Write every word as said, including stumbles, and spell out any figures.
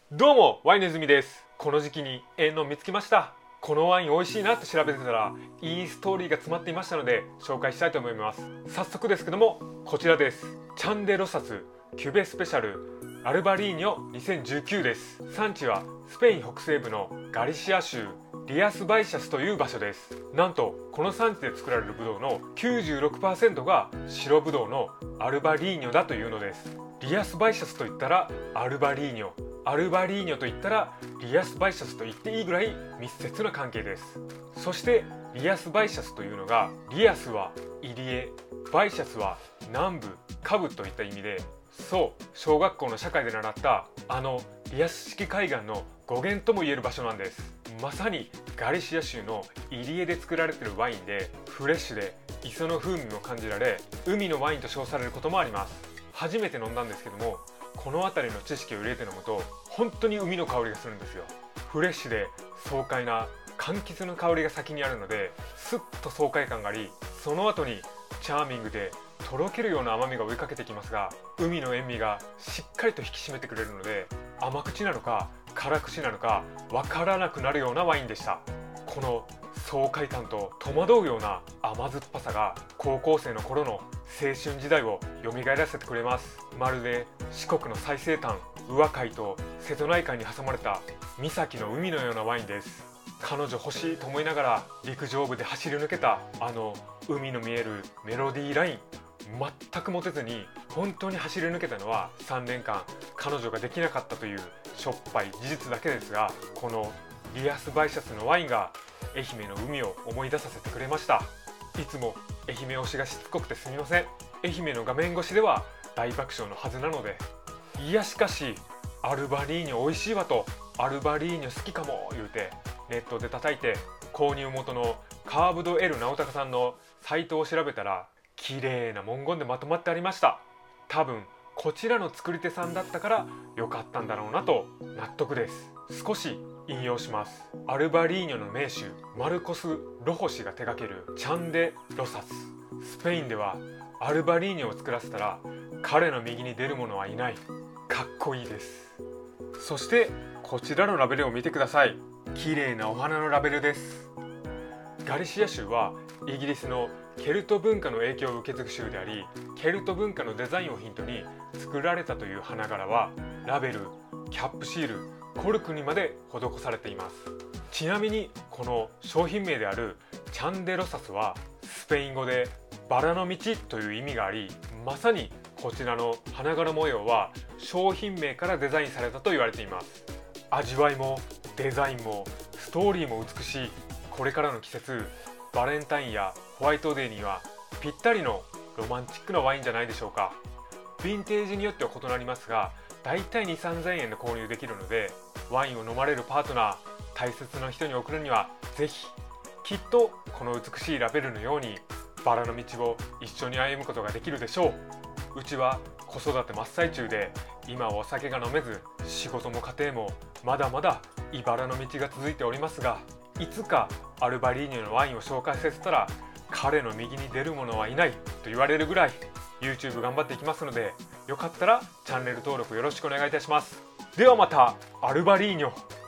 どうもワイネズミです。この時期にええの見つけました。このワイン美味しいなって調べてたらいいストーリーが詰まっていましたので紹介したいと思います。早速ですけどもこちらです。チャンデロサスキュベスペシャルアルバリーニョにせんじゅうきゅうです。産地はスペイン北西部のガリシア州リアスバイシャスという場所です。なんとこの産地で作られるブドウの きゅうじゅうろくパーセント が白ブドウのアルバリーニョだというのです。リアスバイシャスといったらアルバリーニョ、アルバリーニョといったらリアスバイシャスと言っていいぐらい密接な関係です。そしてリアスバイシャスというのが、リアスは入り江、バイシャスは南部、下部といった意味で、そう小学校の社会で習ったあのリアス式海岸の語源とも言える場所なんです。まさにガリシア州の入り江で作られているワインで、フレッシュで磯の風味も感じられ、海のワインと称されることもあります。初めて飲んだんですけども、この辺りの知識を入れて飲むと本当に海の香りがするんですよ。フレッシュで爽快な柑橘の香りが先にあるので、スッと爽快感があり、その後にチャーミングでとろけるような甘みが追いかけてきますが、海の塩味がしっかりと引き締めてくれるので、甘口なのか辛口なのかわからなくなるようなワインでした。この爽快感と戸惑うような甘酸っぱさが高校生の頃の青春時代を蘇らせてくれます。まるで四国の最西端宇和海と瀬戸内海に挟まれた岬の海のようなワインです。彼女欲しいと思いながら陸上部で走り抜けたあの海の見えるメロディーライン、全く持てずに本当に走り抜けたのはさんねんかん彼女ができなかったというしょっぱい事実だけですが、このリアスバイシャスのワインが愛媛の海を思い出させてくれました。いつも愛媛推しがしつこくてすみません。愛媛の画面越しでは大爆笑のはずなので。いやしかしアルバリーニョ美味しいわと、アルバリーニョ好きかも言うてネットで叩いて、購入元のカーブド L 直隆さんのサイトを調べたら綺麗な文言でまとまってありました。多分こちらの作り手さんだったから良かったんだろうなと納得です。少し引用します。アルバリーニョの名手マルコス・ロホ氏が手掛けるチャンデ・ロサス。スペインではアルバリーニョを作らせたら彼の右に出る者はいない。かっこいいです。そしてこちらのラベルを見てください。綺麗なお花のラベルです。ガリシア州はイギリスのケルト文化の影響を受け継ぐ州であり、ケルト文化のデザインをヒントに作られたという花柄はラベル、キャップシール、コルクにまで施されています。ちなみにこの商品名であるチャンデロサスはスペイン語でバラの道という意味があり、まさにこちらの花柄模様は商品名からデザインされたと言われています。味わいもデザインもストーリーも美しいこれからの季節、バレンタインやホワイトデーにはぴったりのロマンチックなワインじゃないでしょうか。ヴィンテージによっては異なりますが、だいたいにせんさんぜんえんで購入できるので、ワインを飲まれるパートナー、大切な人に贈るにはぜひ。きっとこの美しいラベルのようにバラの道を一緒に歩むことができるでしょう。うちは子育て真っ最中で今はお酒が飲めず、仕事も家庭もまだまだ茨の道が続いておりますが、いつかアルバリーニョのワインを紹介させたら彼の右に出る者はいないと言われるぐらい YouTube 頑張っていきますので、よかったらチャンネル登録よろしくお願いいたします。ではまたアルバリーニョ。